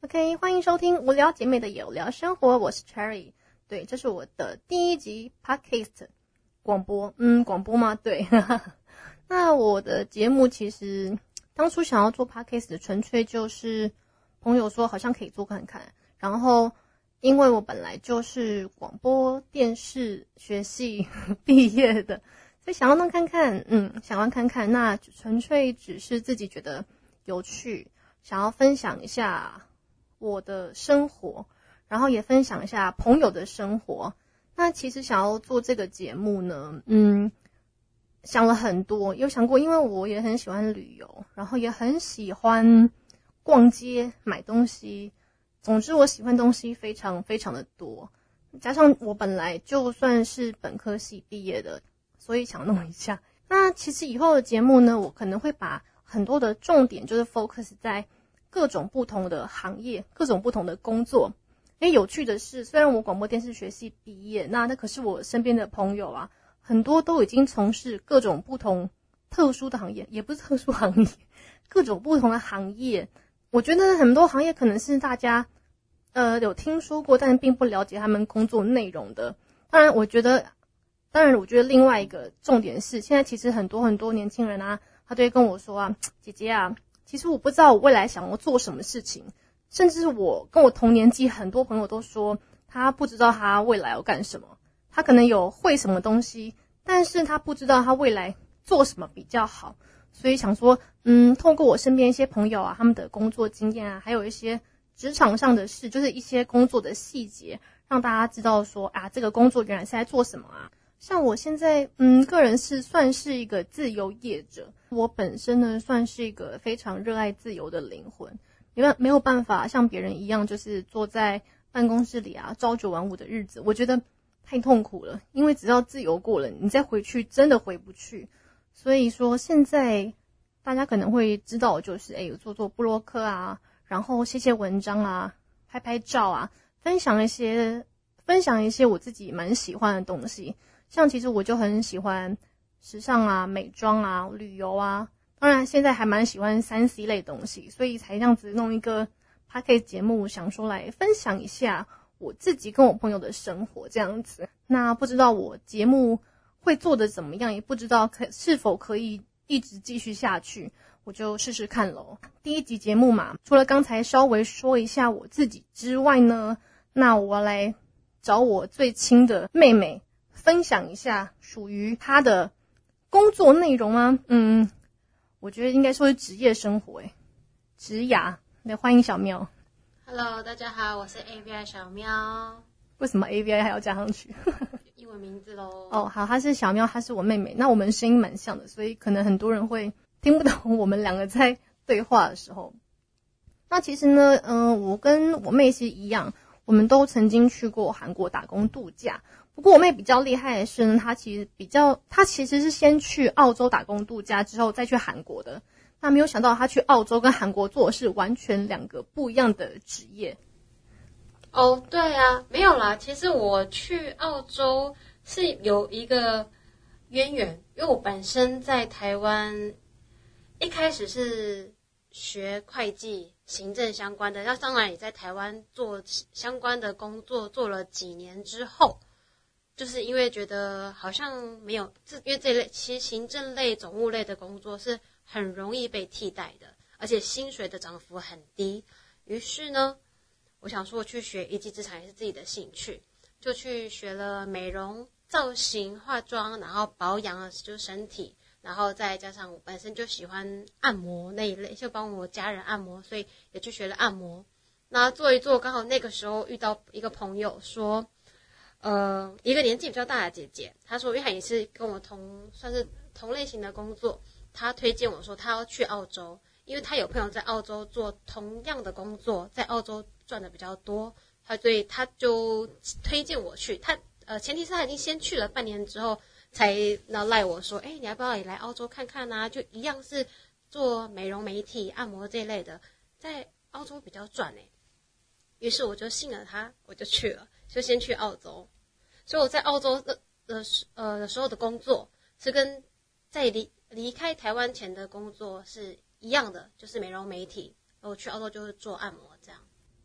OK， 欢迎收听无聊姐妹的有聊生活，我是 Cherry。对，这是我的第一集 Podcast 广播，广播吗？对，那我的节目其实当初想要做 Podcast 纯粹就是朋友说好像可以做看看，然后因为我本来就是广播电视学系毕业的，所以想要弄看看，想要看看，那纯粹只是自己觉得有趣，想要分享一下我的生活，然后也分享一下朋友的生活。那其实想要做这个节目呢，想了很多，有想过，因为我也很喜欢旅游，然后也很喜欢逛街买东西，总之我喜欢东西非常非常的多，加上我本来就算是本科系毕业的，所以想弄一下。那其实以后的节目呢，我可能会把很多的重点就是 focus 在各种不同的行业，各种不同的工作。有趣的是，虽然我广播电视学系毕业，那可是我身边的朋友啊，很多都已经从事各种不同特殊的行业，也不是特殊行业，各种不同的行业。我觉得很多行业可能是大家有听说过，但是并不了解他们工作内容的。当然我觉得另外一个重点是，现在其实很多年轻人啊，他都会跟我说啊，姐姐啊，其实我不知道我未来想要做什么事情，甚至我跟我同年纪很多朋友都说他不知道他未来要干什么，他可能有会什么东西，但是他不知道他未来做什么比较好。所以想说透过我身边一些朋友啊，他们的工作经验啊，还有一些职场上的事，就是一些工作的细节，让大家知道说啊，这个工作原来是在做什么啊。像我现在个人是算是一个自由业者，我本身呢算是一个非常热爱自由的灵魂，没有办法像别人一样就是坐在办公室里啊朝九晚五的日子，我觉得太痛苦了，因为只要自由过了，你再回去真的回不去。所以说现在大家可能会知道我就是有做部落客啊，然后写文章啊，拍照啊，分享一些我自己蛮喜欢的东西。像其实我就很喜欢时尚啊、美妆啊、旅游啊，当然现在还蛮喜欢 3C 类东西，所以才这样子弄一个 podcast 节目，想说来分享一下我自己跟我朋友的生活这样子。那不知道我节目会做得怎么样，也不知道是否可以一直继续下去，我就试试看咯。第一集节目嘛，除了刚才稍微说一下我自己之外呢，那我要来找我最亲的妹妹分享一下属于她的工作内容吗？我觉得应该说是职业生活职涯。来欢迎小喵。 Hello， 大家好，我是 AVI 小喵。 为什么 AVI 还要加上去？ 英文名字咯。 哦，好，她是小喵，她是我妹妹。那我们声音蛮像的，所以可能很多人会听不懂我们两个在对话的时候。那其实呢，我跟我妹是一样，我们都曾经去过韩国打工度假。不过我妹比较厉害的是呢，她其实是先去澳洲打工度假之后再去韩国的。那没有想到她去澳洲跟韩国做的是完全两个不一样的职业。 哦，对啊，没有啦，其实我去澳洲是有一个渊源，因为我本身在台湾一开始是学会计行政相关的，那当然也在台湾做相关的工作做了几年之后，就是因为觉得好像没有，因为这类其实行政类总务类的工作是很容易被替代的，而且薪水的涨幅很低，于是呢我想说我去学一技之长也是自己的兴趣，就去学了美容、造型、化妆，然后保养就是身体，然后再加上我本身就喜欢按摩那一类，就帮我家人按摩，所以也去学了按摩。那做一做，刚好那个时候遇到一个朋友说，一个年纪比较大的姐姐，她说因为她也是跟我算是同类型的工作，她推荐我说她要去澳洲，因为她有朋友在澳洲做同样的工作，在澳洲赚的比较多，所以她就推荐我去。她前提是她已经先去了半年之后，才赖我说，你要不要也来澳洲看看啊？就一样是做美容、美体、按摩这一类的，在澳洲比较赚于是我就信了她，我就去了，就先去澳洲。所以我在澳洲的时候的工作是跟在离开台湾前的工作是一样的，就是美容美体。我去澳洲就是做按摩这样。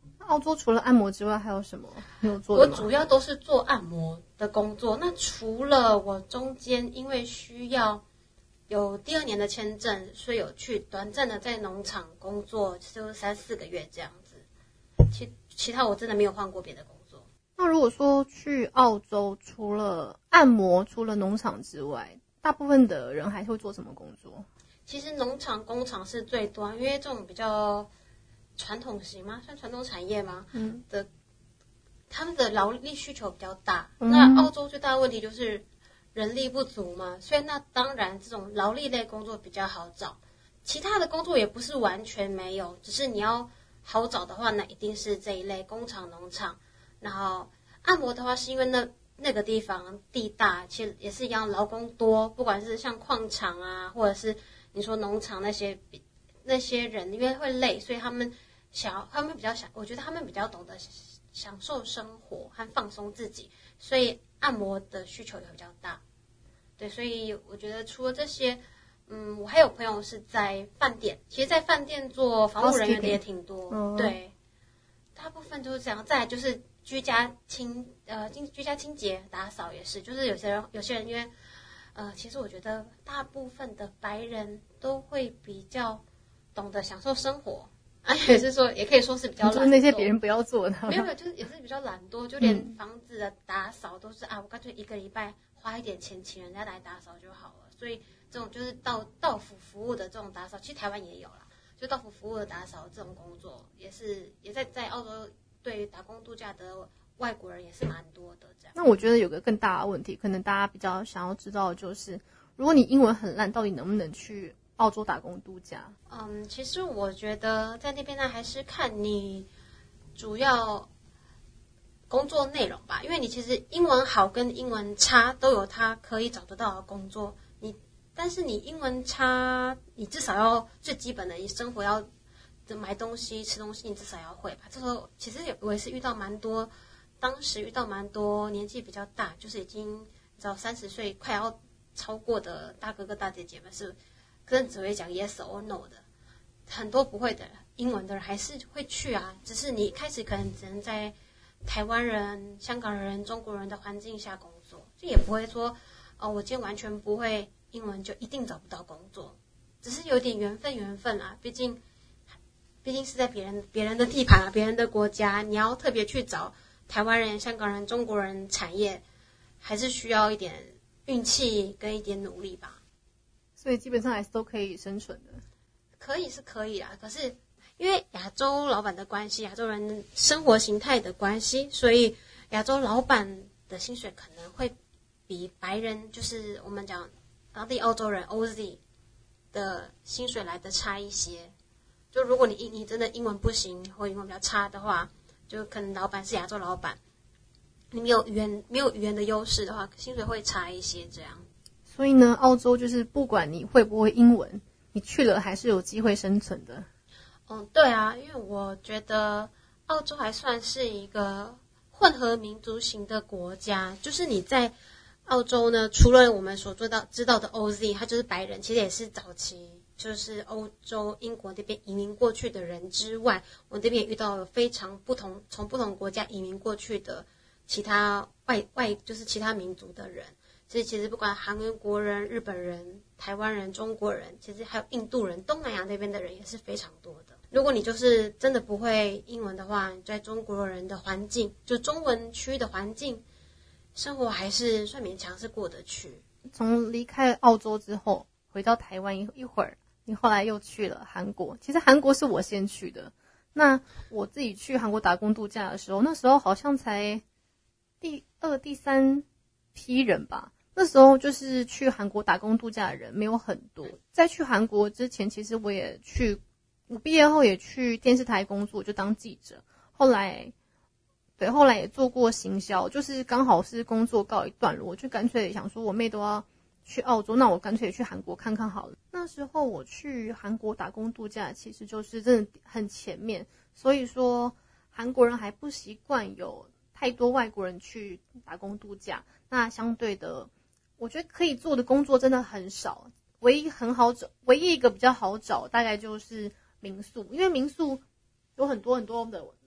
澳洲除了按摩之外还有什么没有做的吗？ 我主要都是做按摩的工作。那除了我中间因为需要有第2年的签证，所以有去短暂的在农场工作，就3-4个月这样子。其他我真的没有换过别的工作。 那如果说去澳洲，除了按摩、除了农场之外，大部分的人还会做什么工作？ 其实农场、工厂是最多，因为这种比较传统型吗？算传统产业吗？他们的劳力需求比较大。那澳洲最大的问题就是人力不足嘛，所以那当然这种劳力类工作比较好找。其他的工作也不是完全没有，只是你要好找的话，那一定是这一类工厂、农场。然后按摩的话，是因为那个地方地大，其实也是一样，劳工多，不管是像矿场啊，或者是你说农场那些人，因为会累，所以他们比较想，我觉得他们比较懂得享受生活和放松自己，所以按摩的需求也比较大。对，所以我觉得除了这些，我还有朋友是在饭店，其实在饭店做防务人员的也挺多。对，大部分就是这样。再来就是居家清洁打扫也是，就是有些人因为其实我觉得大部分的白人都会比较懂得享受生活，也可以说是比较懒惰， 就是那些别人不要做的。 没有，就是也是比较懒惰，就连房子的打扫都是我干脆1个礼拜花一点钱请人家来打扫就好了。所以这种就是到府服务的这种打扫，其实台湾也有啦，就到府服务的打扫这种工作也在澳洲对打工度假的外国人也是蛮多的这样。 那我觉得有个更大的问题，可能大家比较想要知道的就是，如果你英文很烂，到底能不能去澳洲打工度假？ 其实我觉得在那边呢，还是看你主要工作内容吧，因为你其实英文好跟英文差都有它可以找得到的工作，但是你英文差，你至少要最基本的，你生活要买东西、吃东西，你至少要会吧。这时候其实我也是当时遇到蛮多年纪比较大，就是已经30岁快要超过的大哥哥大姐姐们，是可能只会讲 yes or no 的，很多不会的英文的人还是会去啊，只是你开始可能只能在台湾人、香港人、中国人的环境下工作，就也不会说我今天完全不会英文就一定找不到工作，只是有点缘分啦。毕竟是在别人的地盘啊，别人的国家，你要特别去找台湾人、香港人、中国人产业，还是需要一点运气跟一点努力吧。 所以基本上还是都可以生存的。 可以啦，可是因为亚洲老板的关系，亚洲人生活形态的关系，所以亚洲老板的薪水可能会比白人，就是我们讲当地澳洲人 OZ 的薪水来的差一些。就如果你真的英文不行或英文比较差的话，就可能老板是亚洲老板，你没有语言的优势的话，薪水会差一些这样。 所以呢，澳洲就是不管你会不会英文，你去了还是有机会生存的。 对啊，因为我觉得澳洲还算是一个混合民族型的国家，就是你在澳洲呢，除了我们所知道的 OZ， 他就是白人，其实也是早期就是欧洲英国那边移民过去的人之外，我这边也遇到了非常从不同国家移民过去的其他就是其他民族的人。其实不管韩国人、日本人、台湾人、中国人，其实还有印度人、东南亚那边的人也是非常多的。如果你就是真的不会英文的话，你在中国人的环境，就中文区的环境，生活还是算勉强是过得去。 从离开澳洲之后，回到台湾一会儿，你后来又去了韩国。其实韩国是我先去的。那我自己去韩国打工度假的时候，那时候好像才第2、第3批人吧。那时候就是去韩国打工度假的人没有很多。在去韩国之前，其实我毕业后也去电视台工作，就当记者。后来也做过行销，就是刚好是工作告一段落，我就干脆想说我妹都要去澳洲，那我干脆去韩国看看好了。那时候我去韩国打工度假，其实就是真的很前面，所以说韩国人还不习惯有太多外国人去打工度假。那相对的，我觉得可以做的工作真的很少，唯一一个比较好找大概就是民宿，因为民宿有很多的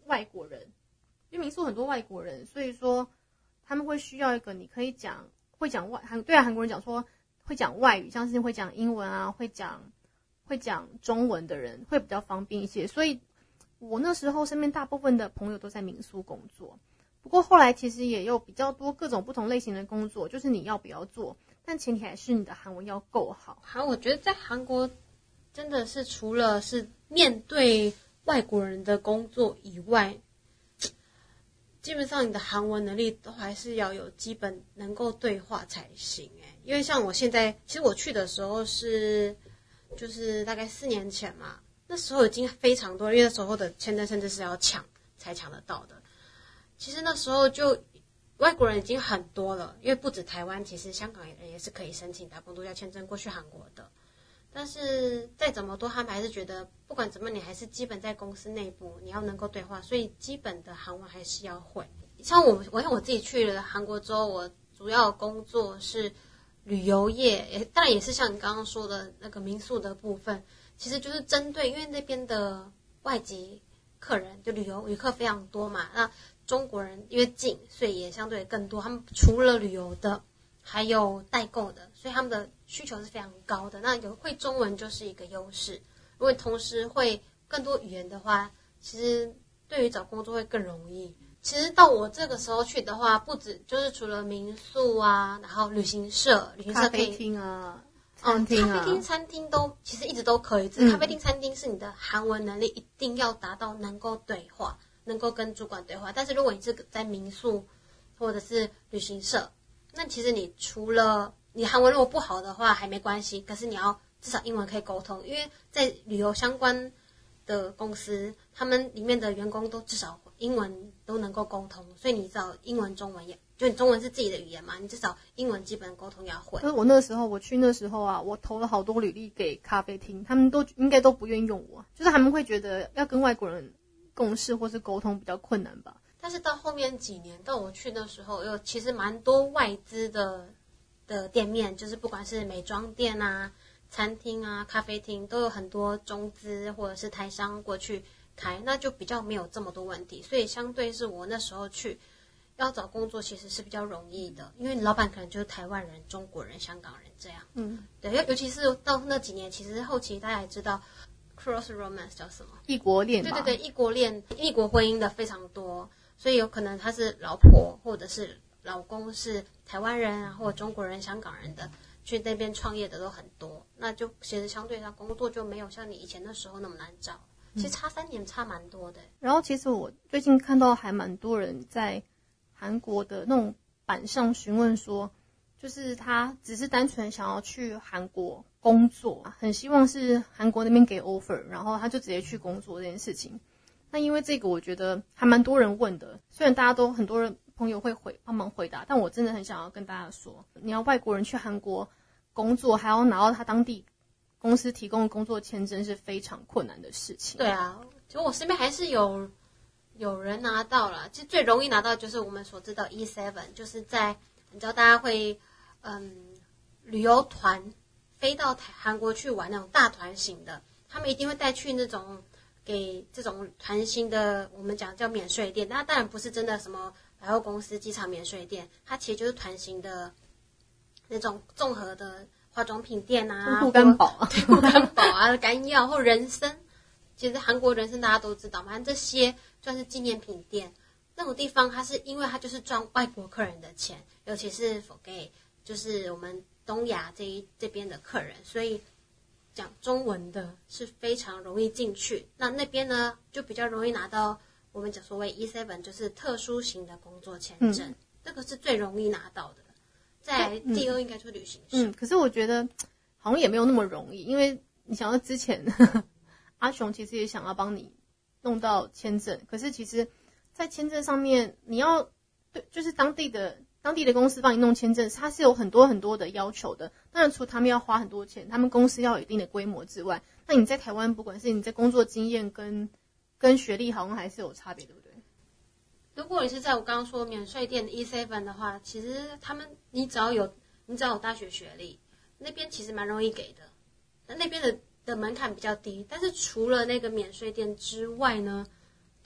外国人，因为民宿很多外国人，所以说他们会需要一个你可以会讲韩国人讲说会讲外语，像是会讲英文啊，会讲中文的人会比较方便一些。所以我那时候身边大部分的朋友都在民宿工作，不过后来其实也有比较多各种不同类型的工作，就是你要不要做，但前提还是你的韩文要够好。 好，我觉得在韩国真的是除了是面对外国人的工作以外，基本上你的韩文能力都还是要有基本能够对话才行。因为像我现在，其实我去的时候就是大概4年前嘛，那时候已经非常多，因为那时候的签证甚至是要抢才抢得到的。其实那时候就外国人已经很多了，因为不止台湾，其实香港人也是可以申请打工度假签证过去韩国的。但是再怎么多，他们还是觉得不管怎么，你还是基本在公司内部你要能够对话，所以基本的韩文还是要会。像我自己去了韩国之后，我主要工作是旅游业，当然也是像你刚刚说的那个民宿的部分，其实就是针对因为那边的外籍客人就旅客非常多嘛，那中国人因为近，所以也相对更多。他们除了旅游的，还有代购的，所以他们的需求是非常高的。那有会中文就是一个优势，如果同时会更多语言的话，其实对于找工作会更容易。其实到我这个时候去的话，不止就是除了民宿啊，然后旅行社咖啡厅啊，餐厅啊， 咖啡厅、餐厅都其实一直都可以。只是咖啡厅、餐厅是你的韩文能力一定要达到能够对话，能够跟主管对话。但是如果你是在民宿或者是旅行社，那其实你除了你韩文如果不好的话还没关系，可是你要至少英文可以沟通，因为在旅游相关的公司，他们里面的员工都至少英文都能够沟通，所以你至少英文、中文就你中文是自己的语言嘛，你至少英文基本沟通要会。 可是我去那时候啊，我投了好多履历给咖啡厅，他们应该都不愿意用我，就是他们会觉得要跟外国人共事或是沟通比较困难吧。 但是到后面几年，到我去的时候，有其实蛮多外资的店面，就是不管是美妆店啊、餐厅啊、咖啡厅，都有很多中资或者是台商过去开，那就比较没有这么多问题。所以相对是我那时候去要找工作，其实是比较容易的，因为老板可能就是台湾人、中国人、香港人这样。对，尤其是到那几年，其实后期大家也知道 cross romance 叫什么？ 异国恋嘛。 对，异国恋、异国婚姻的非常多。所以有可能他是老婆或者是老公是台湾人啊，或者中国人、香港人的，去那边创业的都很多。那就其实相对上工作就没有像你以前的时候那么难找。其实差3年差蛮多的。 然后其实我最近看到还蛮多人在韩国的那种板上询问说，就是他只是单纯想要去韩国工作，很希望是韩国那边给 offer， 然后他就直接去工作这件事情。那因为这个我觉得还蛮多人问的，虽然大家都很多人朋友会帮忙回答，但我真的很想要跟大家说，你要外国人去韩国工作，还要拿到他当地公司提供的工作签证是非常困难的事情。 对啊，其实我身边还是有人拿到了，其实最容易拿到就是我们所知道 E7， 就是在你知道大家会旅游团飞到韩国去玩那种大团型的，他们一定会带去那种给这种团型的，我们讲叫免税店，那当然不是真的什么百货公司、机场免税店，它其实就是团型的那种综合的化妆品店啊， 护肝宝啊， 对，护肝宝啊，肝药或人参。其实韩国人参大家都知道嘛，这些算是纪念品店。那种地方，它是因为它就是赚外国客人的钱，尤其是给就是我们东亚这边的客人，所以讲中文的是非常容易进去。那边呢就比较容易拿到我们讲所谓 E7， 就是特殊型的工作签证，这个是最容易拿到的。再来第二应该就是旅行社。 可是我觉得好像也没有那么容易，因为你想到之前阿雄其实也想要帮你弄到签证，可是其实在签证上面你要对，就是当地的公司帮你弄签证，它是有很多很多的要求的。当然除他们要花很多钱，他们公司要有一定的规模之外，那你在台湾不管是你在工作经验跟学历好像还是有差别，对不对？ 如果你是在我刚刚说免税店的 E7 的话，其实你只要有大学学历，那边其实蛮容易给的。那边的门槛比较低，但是除了那个免税店之外呢，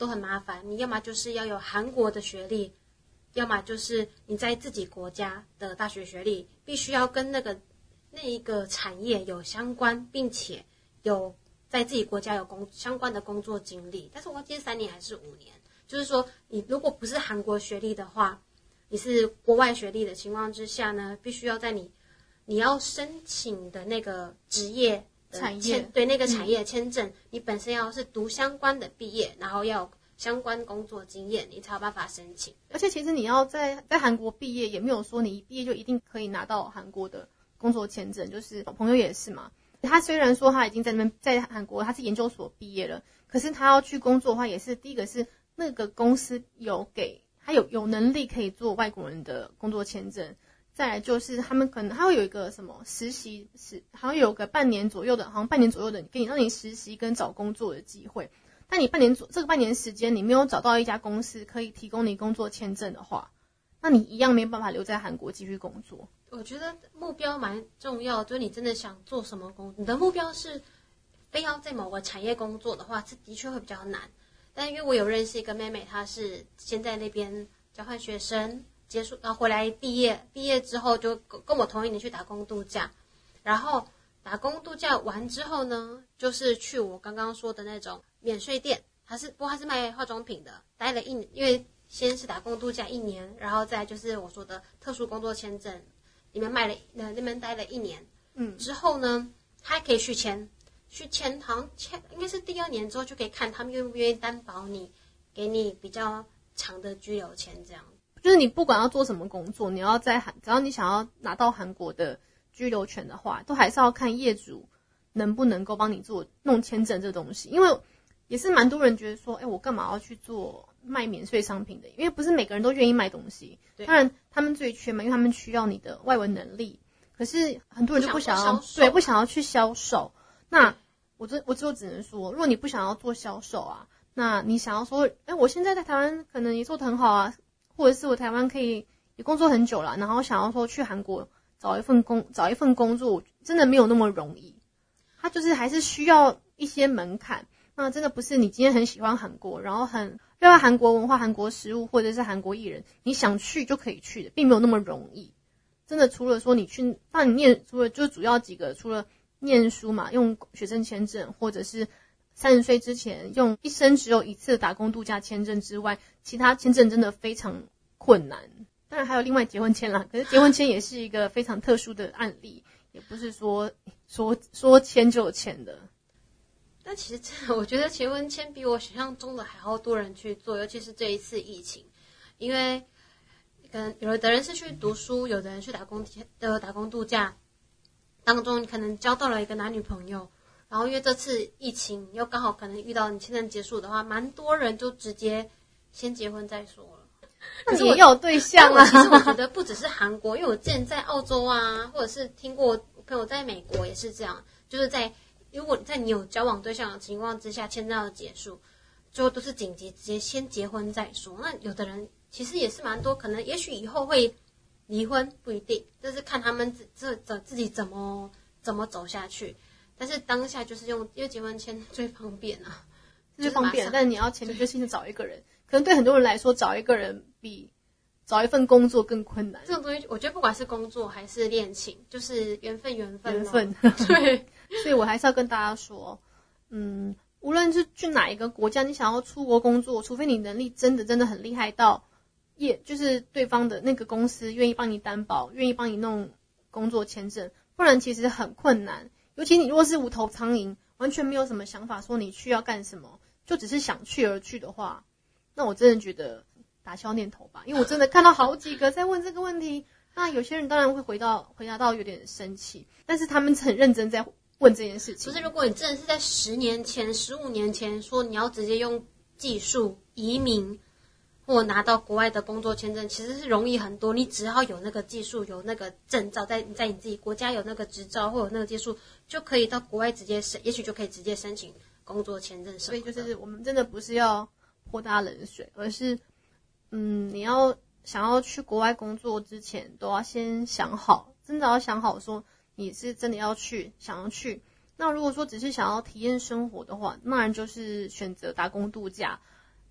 都很麻烦，你要么就是要有韩国的学历，要么就是你在自己国家的大学学历，必须要跟那一个产业有相关，并且有在自己国家有相关的工作经历。但是我忘记是3年还是5年，就是说你如果不是韩国学历的话，你是国外学历的情况之下呢，必须要在你要申请的那个职业产业， 对那个产业签证，你本身要是读相关的毕业，然后要有相关工作经验，你才有办法申请。 而且其实你要在韩国毕业，也没有说你一毕业就一定可以拿到韩国的工作签证。就是我朋友也是嘛，他虽然说他已经在韩国他是研究所毕业了，可是他要去工作的话，也是第一个是那个公司有给他有能力可以做外国人的工作签证。再来就是他们可能还会有一个什么实习，好像有个半年左右的让你实习跟找工作的机会。但你这个半年时间你没有找到一家公司可以提供你工作签证的话，那你一样没办法留在韩国继续工作。 我觉得目标蛮重要，就是你真的想做什么工，你的目标是非要在某个产业工作的话，这的确会比较难。但因为我有认识一个妹妹，她是先在那边交换学生结束，然后回来毕业之后就跟我同一年去打工度假，然后打工度假完之后呢，就是去我刚刚说的那种免税店，他是卖化妆品的，待了1年，因为先是打工度假1年，然后再来就是我说的特殊工作签证，里面那边待了1年，之后呢，他还可以续签，好像应该是第2年之后就可以看他们愿不愿意担保你，给你比较长的居留签这样。 就是你不管要做什么工作，只要你想要拿到韩国的居留权的话，都还是要看业主能不能够帮你弄签证这东西。因为也是蛮多人觉得说，我干嘛要去做卖免税商品的？因为不是每个人都愿意卖东西。当然他们最缺嘛，因为他们需要你的外文能力。可是很多人就不想要去销售。那我就只能说，如果你不想要做销售啊，那你想要说，我现在在台湾可能也做得很好啊，或者是我台湾可以也工作很久了，然后想要说去韩国找一份工作，真的没有那么容易。它就是还是需要一些门槛。那真的不是你今天很喜欢韩国，然后很热爱韩国文化、韩国食物或者是韩国艺人，你想去就可以去的，并没有那么容易。真的除了说你去，除了就主要几个，除了念书嘛，用学生签证，或者是30岁之前用一生只有一次打工度假签证之外，其他签证真的非常困难。当然还有另外结婚签啦，可是结婚签也是一个非常特殊的案例，也不是说签就有签的。 但其实真的，我觉得结婚签比我想象中的还要多人去做，尤其是这一次疫情，因为可能有的人是去读书，有的人去打工度假当中，你可能交到了一个男女朋友，然后因为这次疫情又刚好可能遇到你签证结束的话，蛮多人就直接先结婚再说了。 那你也有对象啊？ 其实我觉得不只是韩国，因为我之前在澳洲啊，或者是听过朋友在美国也是这样，就是如果在你有交往对象的情况之下，签证要结束，最后都是紧急直接先结婚再说。那有的人其实也是蛮多，可能也许以后会离婚，不一定，就是看他们自己怎么走下去。但是当下就是因为结婚签最方便啊， 最方便。但是你要前面就先找一个人，可能对很多人来说，找一个人比找一份工作更困难。 这种东西，我觉得不管是工作还是恋情，就是缘分。 对。所以我还是要跟大家说，无论是去哪一个国家，你想要出国工作，除非你能力真的很厉害到，就是对方的那个公司愿意帮你担保，愿意帮你弄工作签证，不然其实很困难。尤其你如果是无头苍蝇，完全没有什么想法说你去要干什么，就只是想去而去的话，那我真的觉得打消念头吧。因为我真的看到好几个在问这个问题，那有些人当然会回答到有点生气，但是他们很认真在问这件事情。 不是，如果你真的是在10年前、15年前说你要直接用技术移民或拿到国外的工作签证，其实是容易很多。你只要有那个技术、有那个证照，在你自己国家有那个执照或有那个技术，就可以到国外也许就可以直接申请工作签证什么的。 所以就是我们真的不是要泼大冷水，而是你要想要去国外工作之前，都要先想好，真的要想好说你是真的想要去。那如果说只是想要体验生活的话，当然就是选择打工度假。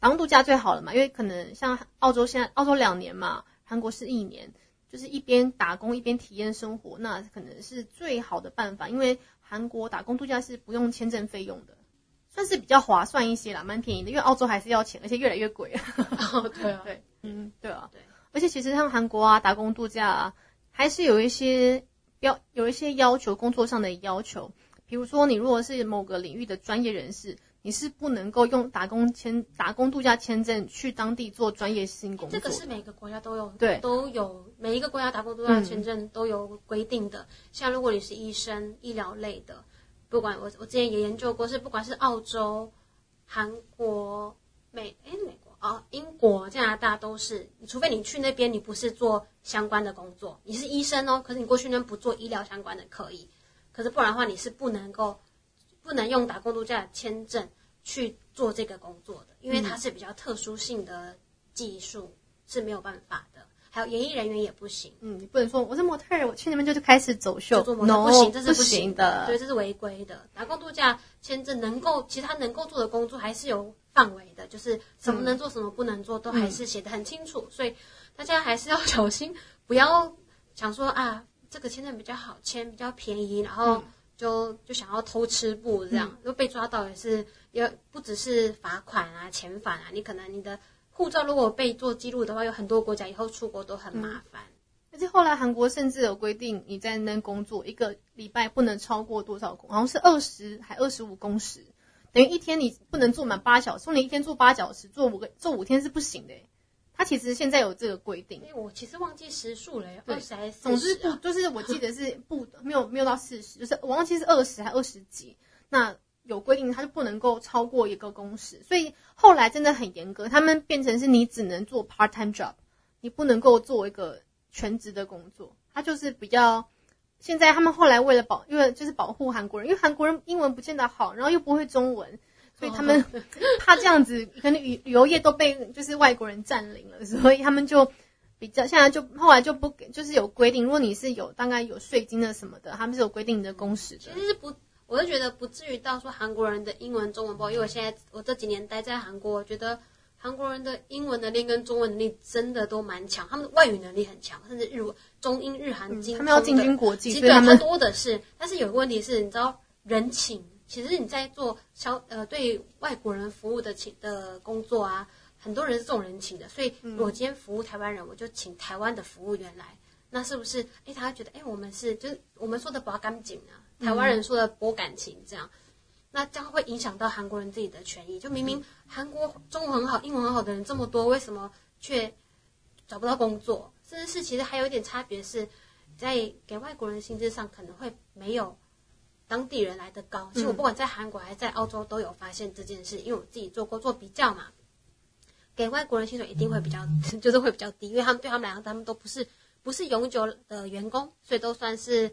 打工度假最好了嘛，因为可能像澳洲现在澳洲2年嘛，韩国是1年，就是一边打工一边体验生活，那可能是最好的办法，因为韩国打工度假是不用签证费用的，算是比较划算一些啦，蛮便宜的，因为澳洲还是要钱，而且越来越贵。 对啊， 对，对啊， 对。 而且其实像韩国啊，打工度假啊，还是有一些要求，工作上的要求，比如说你如果是某个领域的专业人士，你是不能够用打工度假签证去当地做专业性工作。 这个是每个国家都有， 对， 都有每一个国家打工度假签证都有规定的。像如果你是医生、医疗类的，不管我之前也研究过，不管是澳洲、韩国、美国啊、英国、加拿大都是，除非你去那边你不是做相关的工作，你是医生哦，可是你过去那边不做医疗相关的可以，可是不然的话你是不能用打工度假签证去做这个工作的，因为它是比较特殊性的技术，是没有办法的。还有演艺人员也不行， 你不能说我是模特儿，我去那边就开始走秀， 做模特不行，这是不行的， 对，这是违规的。打工度假签证其实他能够做的工作还是有范围的，就是什么能做，什么不能做，都还是写得很清楚，所以大家还是要小心，不要想说啊，这个签证比较好签，比较便宜，然后就想要偷吃布这样，被抓到也不只是罚款啊、遣返啊，你可能你的护照如果被做记录的话，有很多国家以后出国都很麻烦。 而且后来韩国甚至有规定，你在那工作1个礼拜不能超过多少好像是20还25工时，等于一天你不能做满8小时，说你一天做8小时，做5天是不行的。他其实现在有这个规定。 我其实忘记时数了，20还是40、 总之就是我记得是没有到40，就是我忘记是20还20几。那有规定，他就不能够超过1个工时，所以后来真的很严格，他们变成是你只能做 part time job， 你不能够做一个全职的工作。他就是比较，现在他们后来因为就是保护韩国人，因为韩国人英文不见得好，然后又不会中文，所以他们怕这样子，可能旅游业都被就是外国人占领了，所以他们就比较现在就后来就不给，就是有规定，如果你是大概有税金的什么的，他们是有规定你的工时的。 其实是我就觉得不至于到说韩国人的英文、中文不好，因为我这几年待在韩国，我觉得韩国人的英文能力跟中文能力真的都蛮强，他们的外语能力很强，甚至中英日韩精通的， 他们要进军国际， 其实他们多的是。但是有个问题是，你知道人情，其实你在做对外国人服务的工作啊，很多人是重人情的，所以我今天服务台湾人，我就请台湾的服务员来，那是不是他会觉得我们就是我们说的不要干净啊，台湾人说的博感情这样，那这样会影响到韩国人自己的权益。就明明韩国中文很好、英文很好的人这么多，为什么却找不到工作？甚至是其实还有一点差别是，在给外国人薪资上可能会没有当地人来的高。其实我不管在韩国还是在澳洲都有发现这件事，因为我自己做比较嘛，给外国人薪水一定会比较就是会比较低，因为对他们来讲，他们都不是永久的员工，所以都算是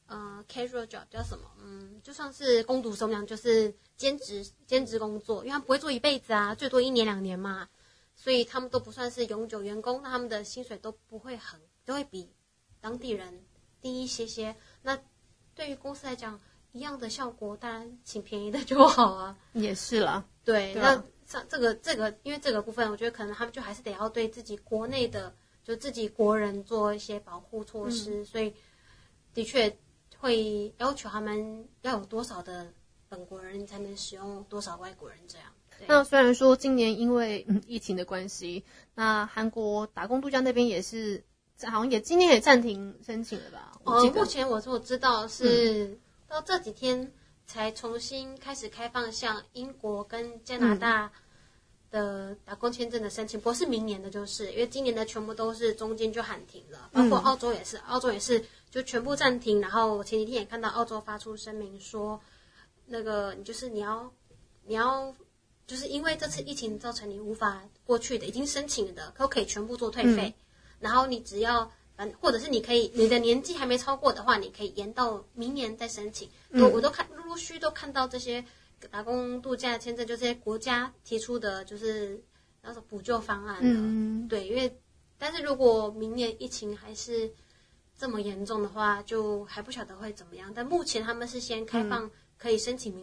casual job 叫什么？就像是工读生那样，就是兼职工作，因为他们不会做一辈子啊，最多1年2年嘛，所以他们都不算是永久员工，那他们的薪水都会比当地人低一些。那对于公司来讲，一样的效果，当然请便宜的就好啊。 也是啦， 对，那像这个，因为这个部分，我觉得可能他们就还是得要对自己国内的，就自己国人做一些保护措施，所以的确会要求他们要有多少的本国人才能使用多少外国人这样。 那虽然说今年因为疫情的关系，那韩国打工度假那边也是好像今天也暂停申请了吧？ 目前我知道是到这几天才重新开始开放，像英国跟加拿大的打工签证的申请，不过是明年的，就是因为今年的全部都是中间就喊停了，包括澳洲也是就全部暂停。然后我前几天也看到澳洲发出声明说，那个你要就是因为这次疫情造成你无法过去的，已经申请的都可以全部做退费，然后你只要或者是你的年纪还没超过的话，你可以延到明年再申请。我都陆续都看到这些打工度假签证，就这些国家提出的就是那种补救方案了。对，因为但是如果明年疫情还是这么严重的话，就还不晓得会怎么样。但目前他们是先开放可以申请明年，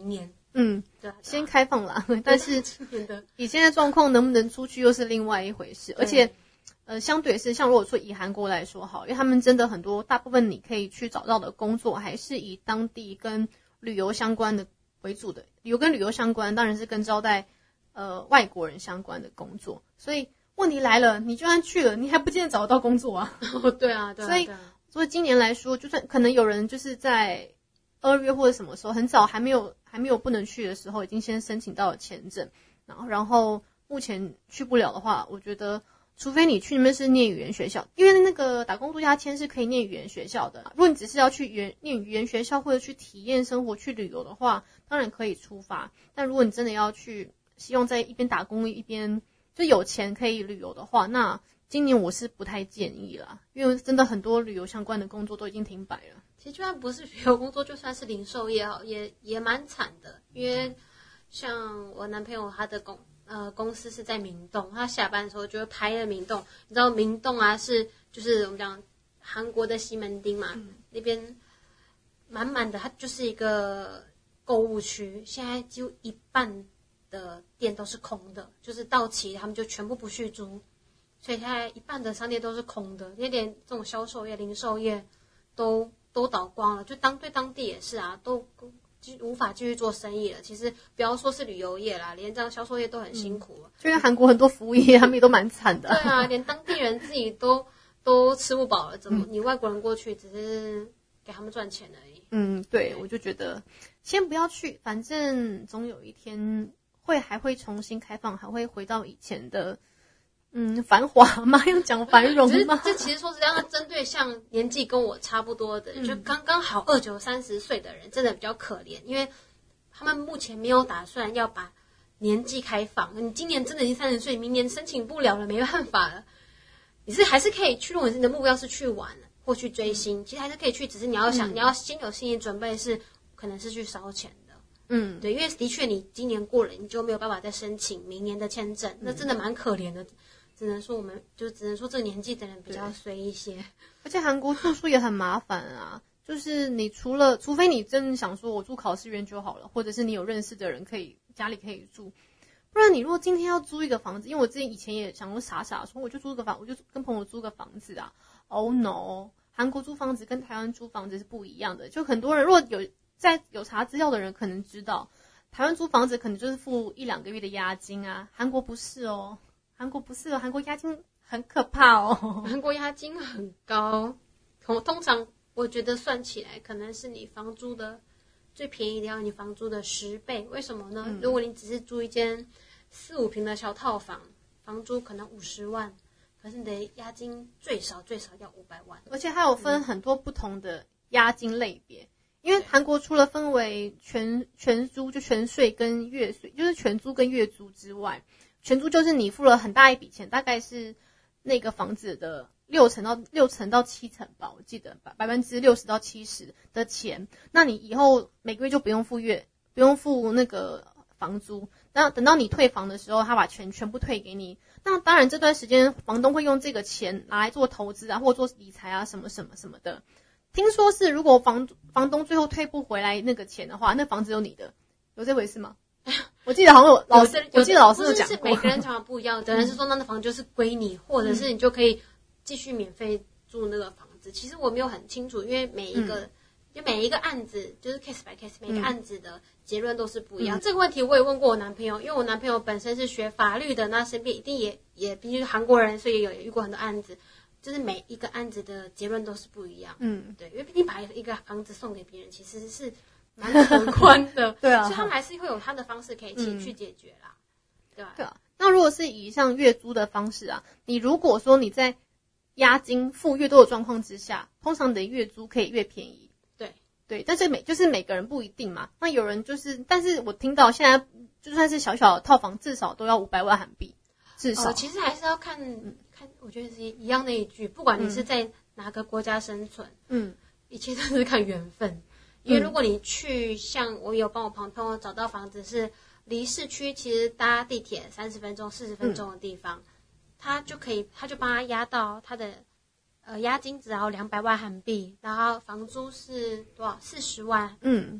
对， 先开放啦，但是以现在状况能不能出去又是另外一回事，而且相对是像如果说以韩国来说好，因为他们真的很多大部分你可以去找到的工作还是以当地跟旅游相关的为主的，跟旅游相关当然是跟招待外国人相关的工作，所以问题来了，你就算去了，你还不见得找得到工作啊。 对啊， 所以今年来说，就算可能有人就是在2月或者什么时候很早还没有不能去的时候，已经先申请到了签证，然后目前去不了的话，我觉得除非你去那边是念语言学校，因为那个打工度假签是可以念语言学校的。如果你只是要去念语言学校或者去体验生活、去旅游的话，当然可以出发。但如果你真的要去，希望在一边打工一边就有钱可以旅游的话，那今年我是不太建议啦，因为真的很多旅游相关的工作都已经停摆了。 其实就算不是旅游工作，就算是零售业也蛮惨的。因为像我男朋友他的公司是在明洞，他下班的时候就会拍了明洞。你知道明洞啊就是我们讲韩国的西门町嘛，那边满满的，它就是一个购物区，现在几乎一半的店都是空的，就是到期他们就全部不续租。所以现在一半的商店都是空的，连这种销售业、零售业都倒光了，就对当地也是啊，都无法继续做生意了。其实不要说是旅游业啦，连这样销售业都很辛苦了。 就因为韩国很多服务业他们也都蛮惨的。 对啊，连当地人自己都吃不饱了，怎么你外国人过去只是给他们赚钱而已？ 对，我就觉得先不要去，反正总有一天还会重新开放，还会回到以前的。繁华吗？要讲繁荣吗？ 这其实说实在，针对像年纪跟我差不多的，就刚刚好29、30岁的人，真的比较可怜，因为他们目前没有打算要把年纪开放。你今年真的已经30岁，明年申请不了了，没办法了。你还是可以去，如果你的目标是去玩或去追星，其实还是可以去，只是你要想，你要先有心理准备，可能是去烧钱的。对，因为的确你今年过了，你就没有办法再申请明年的签证，那真的蛮可怜的。只能说这个年纪的人比较衰一些， 而且韩国住宿也很麻烦啊。就是你除非你真的想说我住考试院就好了，或者是你有认识的人家里可以住，不然你如果今天要租一个房子，因为我以前也想过傻说我就跟朋友租个房子啊。Oh no， 韩国租房子跟台湾租房子是不一样的。就很多人如果有查资料的人可能知道，台湾租房子可能就是付1-2个月的押金啊，韩国不是哦。韩国押金很可怕哦。 韩国押金很高，通常我觉得算起来可能是你房租的最便宜的要你房租的10倍。为什么呢？如果你只是租一间4-5坪的小套房，房租可能50万，可是你的押金最少要500万。 而且还有分很多不同的押金类别，因为韩国除了分为全租就全税跟月税，就是全租跟月租之外，全租就是你付了很大一笔钱，大概是那个房子的6成到7成吧，我记得60%到70%的钱，那你以后每个月就不用付那个房租。那等到你退房的时候，他把钱全部退给你。那当然这段时间房东会用这个钱拿来做投资啊，或做理财啊，什么什么什么的。听说是如果房东最后退不回来那个钱的话，那房子有你的，有这回事吗？我记得好像老师有讲过， 是每个人常常不一样。有人是说那房就是归你，或者是你就可以继续免费住那个房子。其实我没有很清楚，因为每一个案子就是 case by case， 每个案子的结论都是不一样。这个问题我也问过我男朋友，因为我男朋友本身是学法律的，那身边一定也毕竟是韩国人，所以也有遇过很多案子。就是每一个案子的结论都是不一样。对，因为毕竟把一个房子送给别人，其实是蛮可观的。 对啊， 所以他们还是会有他的方式可以去解决啦。对吧？ 对啊。那如果是以像月租的方式啊，你如果说你在押金付越多的状况之下，通常你的月租可以越便宜。对，但是每个人不一定嘛。那有人但是我听到现在就算是小小的套房，至少都要500万韩币，至少。 其实还是要看，我觉得是一样的一句，不管你是在哪个国家生存，一切都是看缘分。因为如果你去，像我有帮我朋友找到房子是离市区其实搭地铁30分钟、40分钟的地方，他就帮他压到他的押金只要200万韩币，然后房租是多少？40万。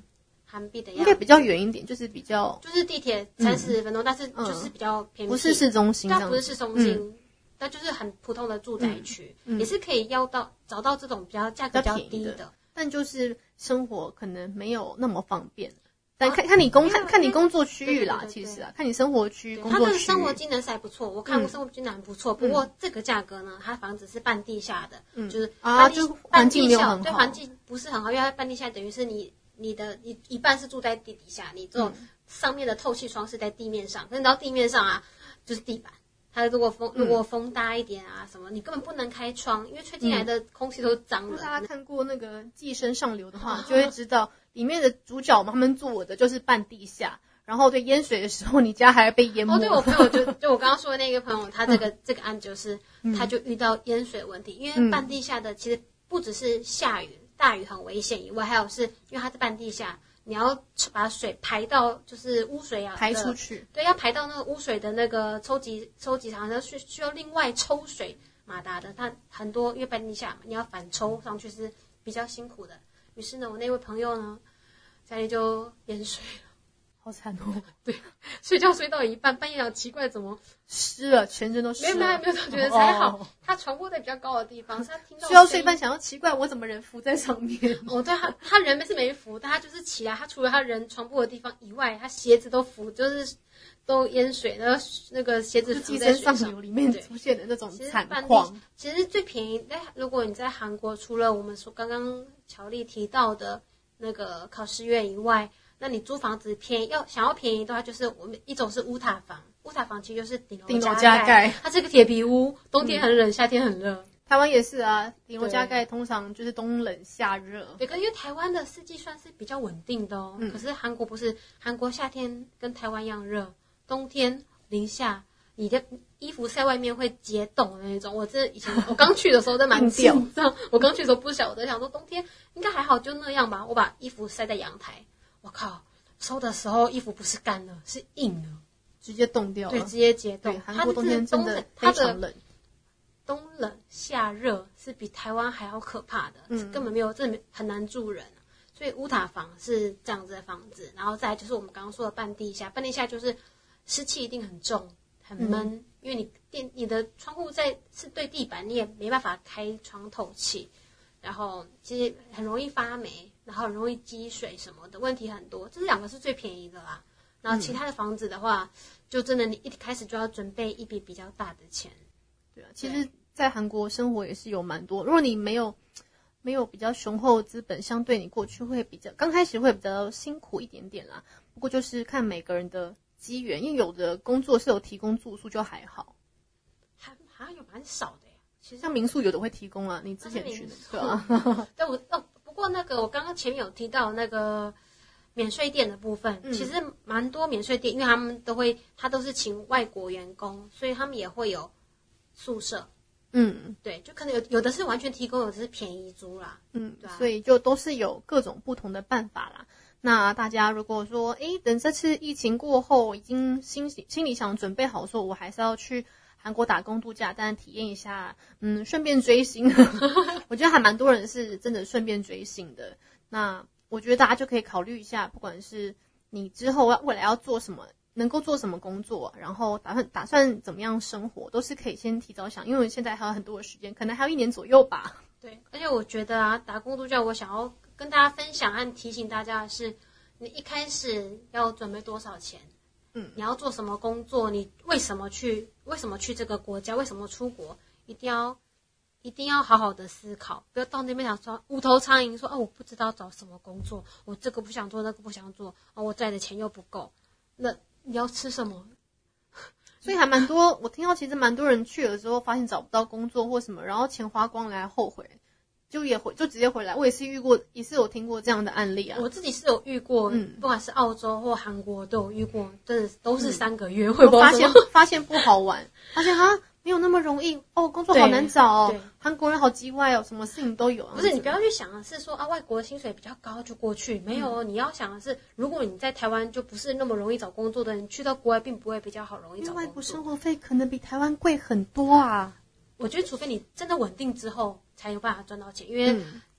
韩币的样子， 应该比较远一点，就是比较就是地铁30分钟，但是就是比较偏僻， 不是市中心这样子， 它不是市中心，它就是很普通的住宅区，也是可以找到这种比较价格比较低的， 但就是生活可能没有那么方便。但看你工作区域啦，其实啊，看你生活区工作区域。 它的生活机能是还不错，我看过生活机能还不错。不过这个价格呢，它房子是半地下的，就是环境没有很好， 对环境不是很好，因为它半地下等于是你一半是住在地底下，你这种上面的透气窗是在地面上，可是你到地面上啊，就是地板。它如果风大一点啊什么，你根本不能开窗，因为吹进来的空气都脏了。 大家看过那个《寄生上流》的话，就会知道里面的主角嘛，他们住的就是半地下，然后对淹水的时候，你家还被淹没。 对，我朋友就我刚刚说的那个朋友，他这个案就是他就遇到淹水问题，因为半地下的其实不只是下雨大雨很危险以外，还有是因为它是半地下。你要把水排到就是污水啊排出去， 对，要排到那个污水的那个抽集场，它需要另外抽水马达的，它很多因为半地下你要反抽上去是比较辛苦的。于是呢，我那位朋友呢，家里就淹水了， 好惨哦。 对，睡觉睡到一半，半夜想奇怪怎么湿了，全身都湿了。 没有，觉得还好，他床铺在比较高的地方，他听到需要睡半，想要奇怪我怎么人浮在上面。 对，他人是没浮，但他就是起来，他除了他人床铺的地方以外，他鞋子都浮，就是都淹水，然后那个鞋子浮在水上。 寄生上流里面出现的那种惨况。 其实最便宜，如果你在韩国，除了我们说刚刚乔丽提到的那个考试院以外，那你租房子想要便宜的话，就是我们一种是屋塔房，屋塔房其实就是顶楼加盖，它是个铁皮屋，冬天很冷，夏天很热。 台湾也是啊，顶楼加盖通常就是冬冷夏热。 对，可是因为台湾的四季算是比较稳定的哦，可是韩国不是，韩国夏天跟台湾一样热，冬天零下，你的衣服在外面会结冻的那种。我刚去的时候都蛮紧张，我刚去的时候不晓得，想说冬天应该还好，就那样吧。我把衣服晒在阳台。我靠！收的时候衣服不是干了，是硬了， 直接冻掉了。 对，直接结冻。 对，韩国冬天真的非常冷， 冬冷夏热是比台湾还要可怕的，根本没有，真的很难住人。所以屋塔房是这样子的房子，然后再来就是我们刚刚说的半地下，半地下就是湿气一定很重，很闷，因为你的窗户是对地板，你也没办法开窗透气，然后其实很容易发霉。然后很容易积水什么的问题很多，这2个是最便宜的啦。然后其他的房子的话，就真的你一开始就要准备一笔比较大的钱。 对啊，其实，在韩国生活也是有蛮多。如果你没有比较雄厚的资本，相对你过去会刚开始会比较辛苦一点点啦。不过就是看每个人的机缘，因为有的工作是有提供住宿就还好， 还有蛮少的呀。其实像民宿有的会提供啊，你之前去的对啊。 对不过那个我刚刚前面有提到那个免税店的部分，其实蛮多免税店，因为他都是请外国员工，所以他们也会有宿舍。对，就可能有的是完全提供，有的是便宜租啦。对啊， 所以就都是有各种不同的办法啦。那大家如果说，等这次疫情过后，已经心里想准备好说，我还是要去韩国打工度假，但体验一下，顺便追星。我觉得还蛮多人是真的顺便追星的。那我觉得大家就可以考虑一下，不管是你之后未来要做什么，能够做什么工作，然后打算怎么样生活，都是可以先提早想，因为现在还有很多的时间，可能还有1年左右吧。 对，而且我觉得啊，打工度假我想要跟大家分享和提醒大家的是，你一开始要准备多少钱。你要做什么工作？你为什么去这个国家？为什么出国？一定要好好的思考，不要到那边想说无头苍蝇，说我不知道找什么工作，我这个不想做，那个不想做，我赚的钱又不够，那你要吃什么？ 所以还蛮多，我听到其实蛮多人去了之后发现找不到工作或什么，然后钱花光了还后悔。就直接回来，我也是有听过这样的案例啊。 我自己是有遇过，不管是澳洲或韩国都有遇过，真的都是3个月会发现不好玩，发现没有那么容易工作好难找哦，韩国人好叽歪哦，什么事情都有。 不是你不要去想的是说外国的薪水比较高就过去，没有你要想的是，如果你在台湾就不是那么容易找工作的人，去到国外并不会比较好容易找工作。 因为外国生活费可能比台湾贵很多啊。 我觉得除非你真的稳定之后才有办法赚到钱，因为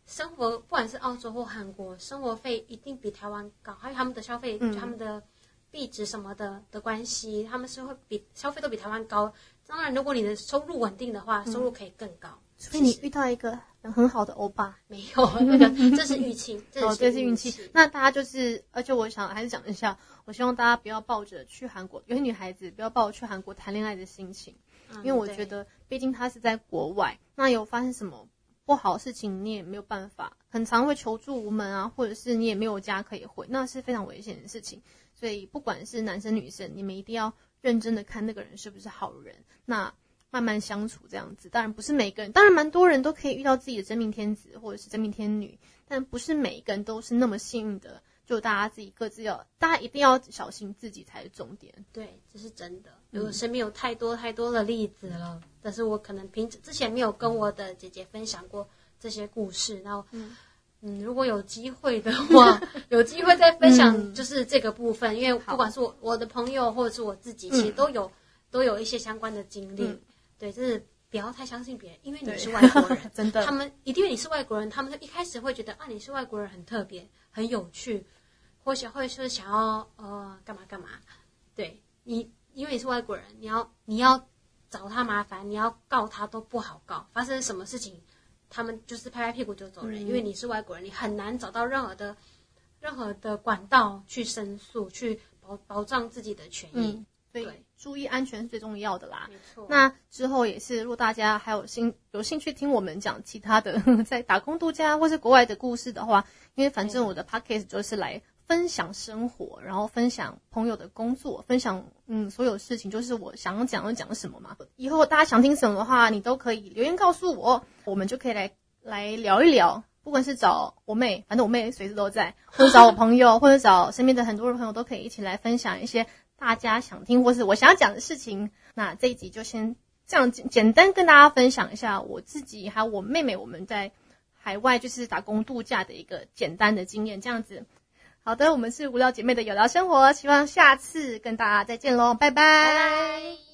生活不管是澳洲或韩国，生活费一定比台湾高，还有他们的消费，他们的币值什么的关系，他们是会比消费都比台湾高。当然，如果你的收入稳定的话，收入可以更高。 所以你遇到一个很好的欧巴， 没有那个，这是运气， 这是运气。那大家就是，而且我想还是讲一下，我希望大家不要抱着去韩国，有些女孩子不要抱着去韩国谈恋爱的心情，因为我觉得毕竟她是在国外，那有发生什么不好的事情，你也没有办法，很常会求助无门啊，或者是你也没有家可以回，那是非常危险的事情。所以不管是男生女生，你们一定要认真的看那个人是不是好人，那慢慢相处这样子。当然不是每个人，当然蛮多人都可以遇到自己的真命天子或者是真命天女，但不是每一个人都是那么幸运的，就大家自己各自大家一定要小心自己才是重点。 对，这是真的。我身边有太多的例子了，但是我可能之前没有跟我的姐姐分享过这些故事，然后如果有机会的话，有机会再分享就是这个部分，因为不管是我的朋友或者是我自己，其实都有一些相关的经历。对，就是不要太相信别人，因为你是外国人， 真的， 他们一定因为你是外国人，他们一开始会觉得你是外国人很特别、很有趣，或许会是想要干嘛干嘛。对你，因为你是外国人，你要找他麻烦，你要告他都不好告，发生什么事情，他们就是拍拍屁股就走人，因为你是外国人，你很难找到任何的管道去申诉，去保障自己的权益。 对，注意安全是最重要的啦。 没错。 那之后也是，如果大家还有兴趣听我们讲其他的在打工度假或是国外的故事的话，因为反正我的 podcast 就是来分享生活，然后分享朋友的工作，分享所有事情，就是我想要讲就讲什么嘛。以后大家想听什么的话，你都可以留言告诉我，我们就可以来聊一聊。不管是找我妹，反正我妹随时都在，或者找我朋友，或者找身边的很多的朋友，都可以一起来分享一些大家想听或是我想要讲的事情。那这一集就先这样简单跟大家分享一下我自己还有我妹妹我们在海外就是打工度假的一个简单的经验，这样子。好的，我们是无聊姐妹的有聊生活，希望下次跟大家再见咯，拜拜。